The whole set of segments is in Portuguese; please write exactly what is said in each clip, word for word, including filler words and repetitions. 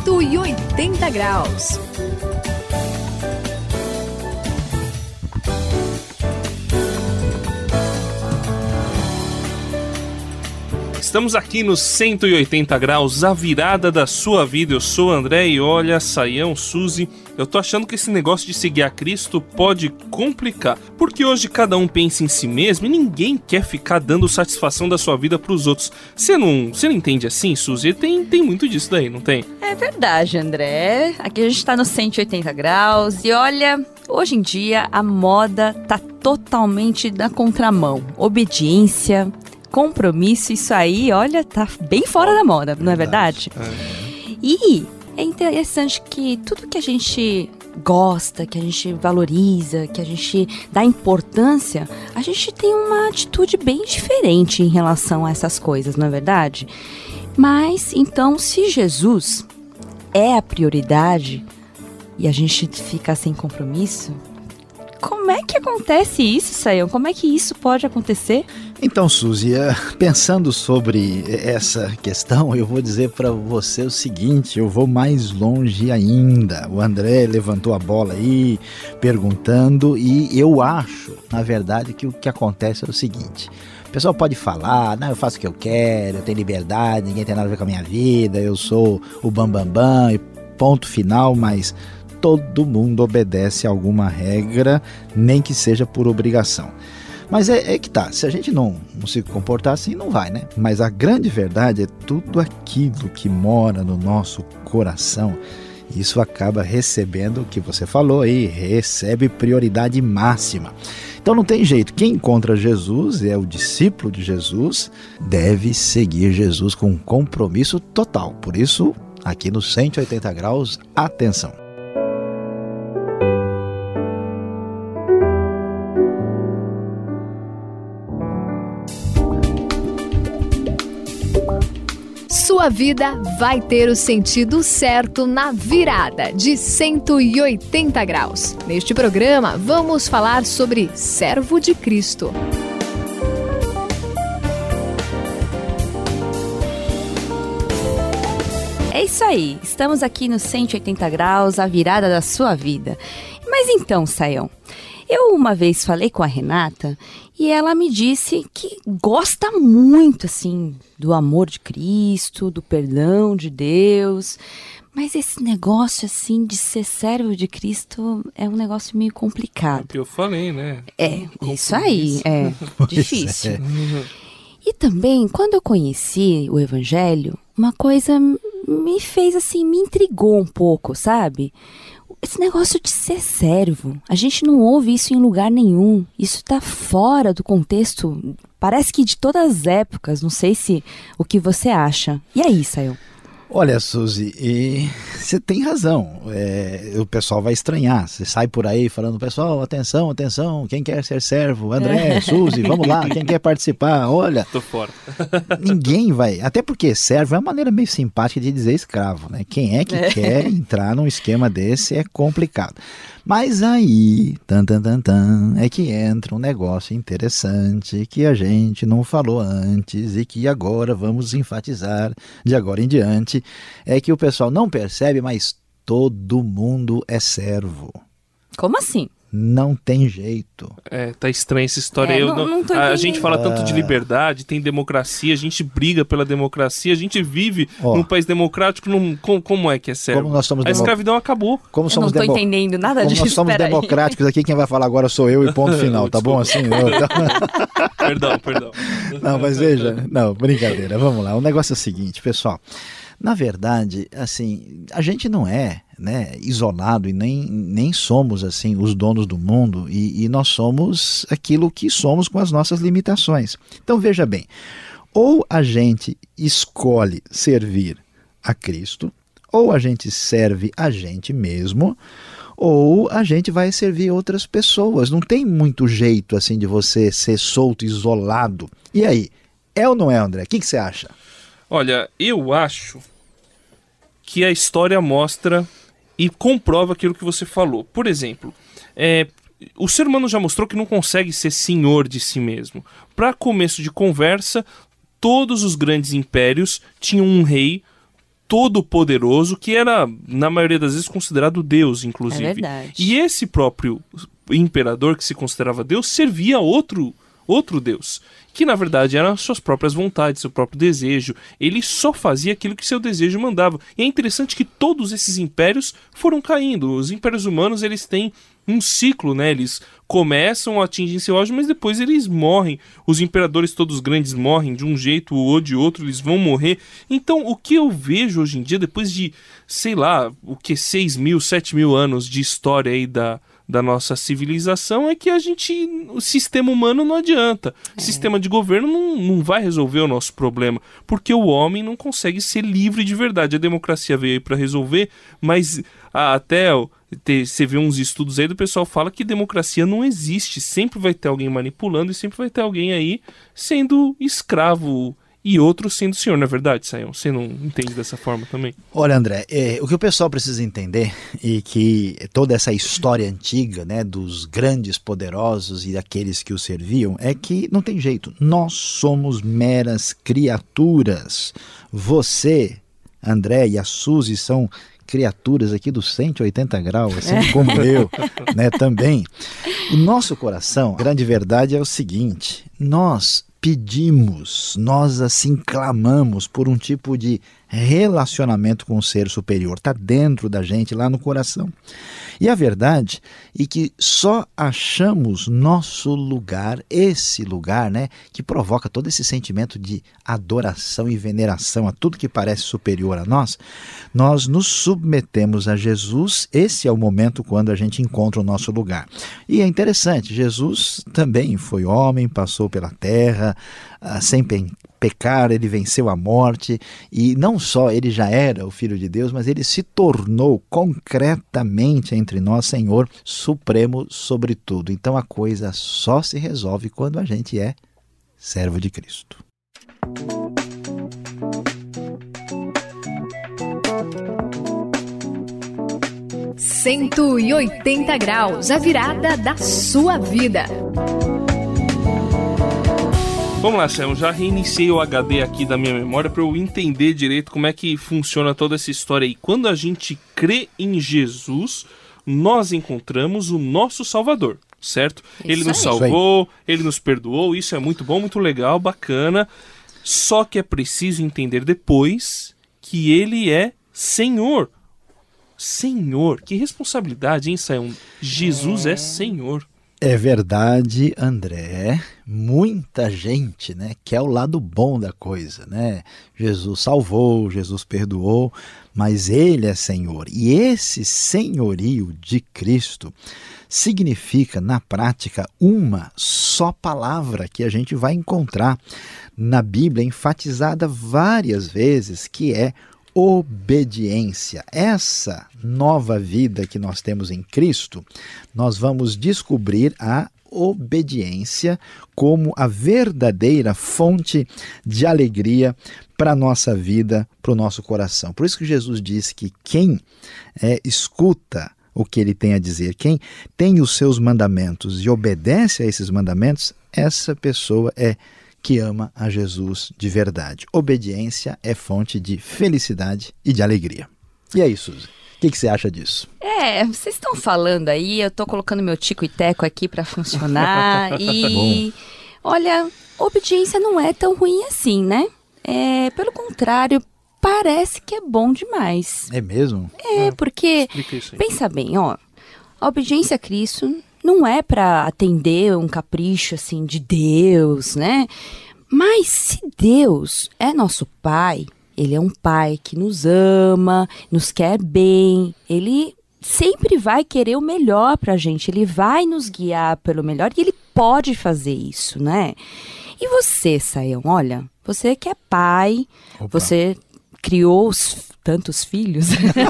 cento e oitenta graus. Estamos aqui no cento e oitenta graus, a virada da sua vida. Eu sou o André e olha, Saião, Suzy, eu tô achando que esse negócio de seguir a Cristo pode complicar, porque hoje cada um pensa em si mesmo e ninguém quer ficar dando satisfação da sua vida pros outros. Você não, você não entende assim, Suzy? Tem, tem muito disso daí, não tem? É verdade, André. Aqui a gente tá no cento e oitenta graus e olha, hoje em dia a moda tá totalmente na contramão. Obediência, compromisso, isso aí, olha, tá bem fora da moda, não é verdade? É. E é interessante que tudo que a gente gosta, que a gente valoriza, que a gente dá importância, a gente tem uma atitude bem diferente em relação a essas coisas, não é verdade? Mas, então, se Jesus é a prioridade e a gente fica sem compromisso, como é que acontece isso, Saião? Como é que isso pode acontecer? Então, Suzy, pensando sobre essa questão, eu vou dizer para você o seguinte, eu vou mais longe ainda. O André levantou a bola aí, perguntando, e eu acho, na verdade, que o que acontece é o seguinte. O pessoal pode falar, não, eu faço o que eu quero, eu tenho liberdade, ninguém tem nada a ver com a minha vida, eu sou o bambambam, bam, bam, e ponto final, mas todo mundo obedece a alguma regra, nem que seja por obrigação. Mas é, é que tá, se a gente não, não se comportar assim, não vai, né? Mas a grande verdade é tudo aquilo que mora no nosso coração, isso acaba recebendo o que você falou aí, recebe prioridade máxima. Então não tem jeito, quem encontra Jesus, é o discípulo de Jesus, deve seguir Jesus com compromisso total. Por isso, aqui no cento e oitenta graus, atenção. Sua vida vai ter o sentido certo na virada de cento e oitenta graus. Neste programa, vamos falar sobre servo de Cristo. É isso aí, estamos aqui no cento e oitenta graus, a virada da sua vida. Mas então, Saião, eu uma vez falei com a Renata e ela me disse que gosta muito, assim, do amor de Cristo, do perdão de Deus. Mas esse negócio, assim, de ser servo de Cristo é um negócio meio complicado. É o que eu falei, né? É, isso aí, é difícil. E também, quando eu conheci o Evangelho, uma coisa me fez, assim, me intrigou um pouco, sabe? Esse negócio de ser servo, a gente não ouve isso em lugar nenhum. Isso tá fora do contexto, parece que de todas as épocas, não sei se o que você acha. E aí, Saião? Olha, Suzy, e você tem razão, é, o pessoal vai estranhar, você sai por aí falando, pessoal, atenção, atenção, quem quer ser servo? André, é. Suzy, vamos lá, quem quer participar? Olha, tô fora. Ninguém vai, até porque servo é uma maneira meio simpática de dizer escravo, né? Quem é que é. quer entrar num esquema desse é complicado. Mas aí, tan, tan, tan, tan, é que entra um negócio interessante que a gente não falou antes e que agora vamos enfatizar de agora em diante, é que o pessoal não percebe, mas todo mundo é servo. Como assim? Não tem jeito. É, tá estranha essa história. É, Eu não, não tô a, a gente fala Ah. tanto de liberdade, tem democracia, a gente briga pela democracia, a gente vive Ó. num país democrático, num, com, como é que é servo? Como nós somos a demo- escravidão acabou. Como Eu somos não tô demo- entendendo nada Como disso. nós somos peraí. democráticos aqui, quem vai falar agora sou eu e ponto final, tá bom assim? Eu, tá... Perdão, perdão. Não, mas veja, não, brincadeira, vamos lá. O negócio é o seguinte, pessoal, na verdade, assim, a gente não é, né, isolado e nem, nem somos, assim, os donos do mundo e, e nós somos aquilo que somos com as nossas limitações. Então, veja bem, ou a gente escolhe servir a Cristo, ou a gente serve a gente mesmo, ou a gente vai servir outras pessoas. Não tem muito jeito, assim, de você ser solto, isolado. E aí, é ou não é, André? O que, que você acha? Olha, eu acho que a história mostra e comprova aquilo que você falou. Por exemplo, é, o ser humano já mostrou que não consegue ser senhor de si mesmo. Para começo de conversa, todos os grandes impérios tinham um rei, todo-poderoso, que era, na maioria das vezes, considerado Deus, inclusive. É verdade. E esse próprio imperador, que se considerava Deus, servia outro, outro Deus, que na verdade eram as suas próprias vontades, seu próprio desejo. Ele só fazia aquilo que seu desejo mandava. E é interessante que todos esses impérios foram caindo. Os impérios humanos, eles têm um ciclo, né? Eles começam, atingem seu auge, mas depois eles morrem. Os imperadores todos grandes morrem de um jeito ou de outro, eles vão morrer. Então, o que eu vejo hoje em dia, depois de, sei lá, o que, seis mil, sete mil anos de história aí da, da nossa civilização, é que a gente, o sistema humano não adianta. O é. sistema de governo não, não vai resolver o nosso problema, porque o homem não consegue ser livre de verdade. A democracia veio aí para resolver, mas ah, até... Você vê uns estudos aí do pessoal fala que democracia não existe, sempre vai ter alguém manipulando e sempre vai ter alguém aí sendo escravo e outro sendo senhor, não é verdade, Sayão? Você não entende dessa forma também? Olha, André, é, o que o pessoal precisa entender e que toda essa história antiga, né, dos grandes poderosos e daqueles que os serviam, é que não tem jeito, nós somos meras criaturas. Você, André e a Suzy são criaturas aqui do cento e oitenta graus, assim é. como eu, né, também. O nosso coração, a grande verdade é o seguinte, nós pedimos, nós assim clamamos por um tipo de relacionamento com o ser superior, está dentro da gente, lá no coração. E a verdade é que só achamos nosso lugar, esse lugar, né, que provoca todo esse sentimento de adoração e veneração a tudo que parece superior a nós, nós nos submetemos a Jesus, esse é o momento quando a gente encontra o nosso lugar. E é interessante, Jesus também foi homem, passou pela terra, uh, sem pecar, ele venceu a morte, e não só ele já era o Filho de Deus, mas ele se tornou concretamente entre nós Senhor supremo sobre tudo. Então a coisa só se resolve quando a gente é servo de Cristo. cento e oitenta graus, a virada da sua vida. Vamos lá, Sam, já reiniciei o H D aqui da minha memória para eu entender direito como é que funciona toda essa história aí. Quando a gente crê em Jesus, nós encontramos o nosso Salvador, certo? Isso ele nos aí. salvou, ele nos perdoou, isso é muito bom, muito legal, bacana. Só que é preciso entender depois que ele é Senhor. Senhor, que responsabilidade, hein, Sayão? Jesus é, é Senhor. É verdade, André. Muita gente, né, quer o lado bom da coisa, né? Jesus salvou, Jesus perdoou, mas ele é Senhor. E esse senhorio de Cristo significa, na prática, uma só palavra que a gente vai encontrar na Bíblia, enfatizada várias vezes, que é obediência. Essa nova vida que nós temos em Cristo, nós vamos descobrir a obediência como a verdadeira fonte de alegria para a nossa vida, para o nosso coração. Por isso que Jesus disse que quem é, escuta o que ele tem a dizer, quem tem os seus mandamentos e obedece a esses mandamentos, essa pessoa é que ama a Jesus de verdade. Obediência é fonte de felicidade e de alegria. E aí, Suzy, o que, que você acha disso? É, vocês estão falando aí, eu estou colocando meu tico e teco aqui para funcionar e, olha, obediência não é tão ruim assim, né? É, pelo contrário, parece que é bom demais. É mesmo? É, ah, porque, pensa bem, ó, a obediência a Cristo não é para atender um capricho assim de Deus, né? Mas se Deus é nosso Pai, Ele é um Pai que nos ama, nos quer bem, Ele sempre vai querer o melhor pra gente, Ele vai nos guiar pelo melhor e Ele pode fazer isso, né? E você, Sayão, olha, você que é pai, Opa. você criou os tantos filhos,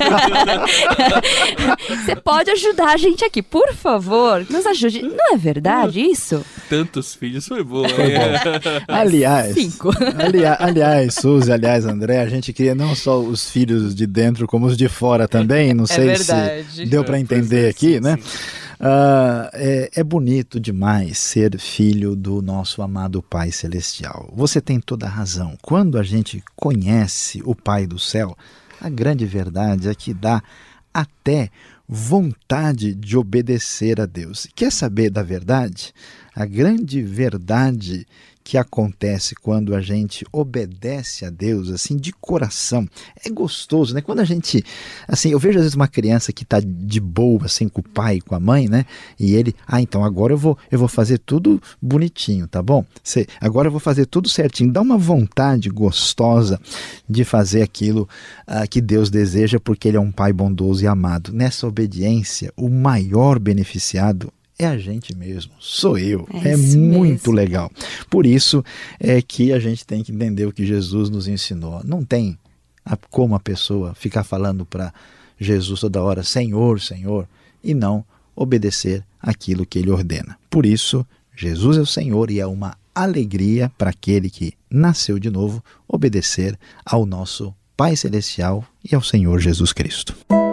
você pode ajudar a gente aqui, por favor, nos ajude. Não é verdade isso? Tantos filhos foi boa. É. aliás, Cinco. aliás, aliás, Suzy, aliás, André, a gente queria não só os filhos de dentro, como os de fora também. Não sei é se deu para entender é, aqui, sim, né? Sim. Uh, é, é bonito demais ser filho do nosso amado Pai Celestial. Você tem toda a razão. Quando a gente conhece o Pai do céu, A grande verdade é que dá até vontade de obedecer a Deus. Quer saber da verdade? A grande verdade que acontece quando a gente obedece a Deus, assim, de coração, é gostoso, né? Quando a gente, assim, eu vejo às vezes uma criança que está de boa, assim, com o pai e com a mãe, né? E ele, ah, então agora eu vou, eu vou fazer tudo bonitinho, tá bom? Cê, agora eu vou fazer tudo certinho. Dá uma vontade gostosa de fazer aquilo uh, que Deus deseja, porque Ele é um pai bondoso e amado. Nessa obediência, o maior beneficiado é a gente mesmo, sou eu, é, é muito mesmo. Legal. Por isso é que a gente tem que entender o que Jesus nos ensinou. Não tem a, como a pessoa ficar falando para Jesus toda hora, Senhor, Senhor, e não obedecer aquilo que Ele ordena. Por isso, Jesus é o Senhor e é uma alegria para aquele que nasceu de novo obedecer ao nosso Pai Celestial e ao Senhor Jesus Cristo.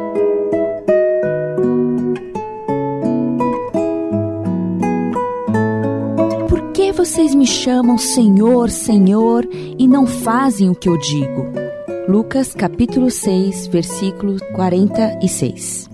Vocês me chamam Senhor, Senhor, e não fazem o que eu digo. Lucas capítulo seis, versículo quarenta e seis.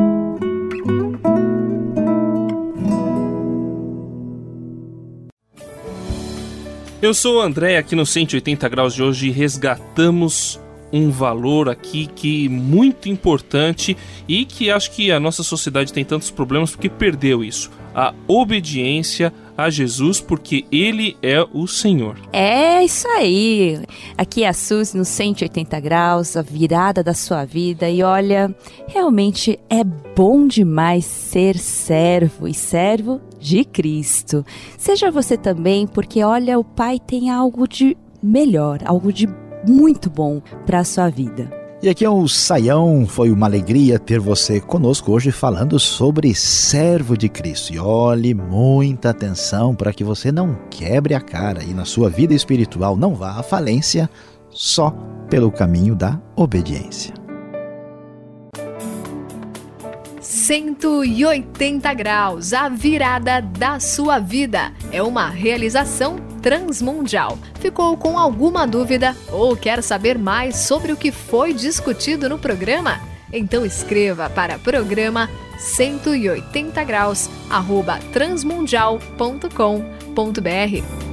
Eu sou o André, aqui no cento e oitenta graus de hoje resgatamos um valor aqui que é muito importante e que acho que a nossa sociedade tem tantos problemas porque perdeu isso. A obediência a Jesus, porque Ele é o Senhor. É isso aí. Aqui é a Suzy no cento e oitenta graus, a virada da sua vida. E olha, realmente é bom demais ser servo e servo de Cristo. Seja você também, porque olha, o Pai tem algo de melhor, algo de muito bom para a sua vida. E aqui é o Saião, foi uma alegria ter você conosco hoje falando sobre servo de Cristo. E olhe muita atenção para que você não quebre a cara e na sua vida espiritual não vá à falência só pelo caminho da obediência. cento e oitenta graus, a virada da sua vida. É uma realização transmundial. Ficou com alguma dúvida ou quer saber mais sobre o que foi discutido no programa? Então escreva para programa cento e oitenta graus arroba transmundial ponto com ponto br.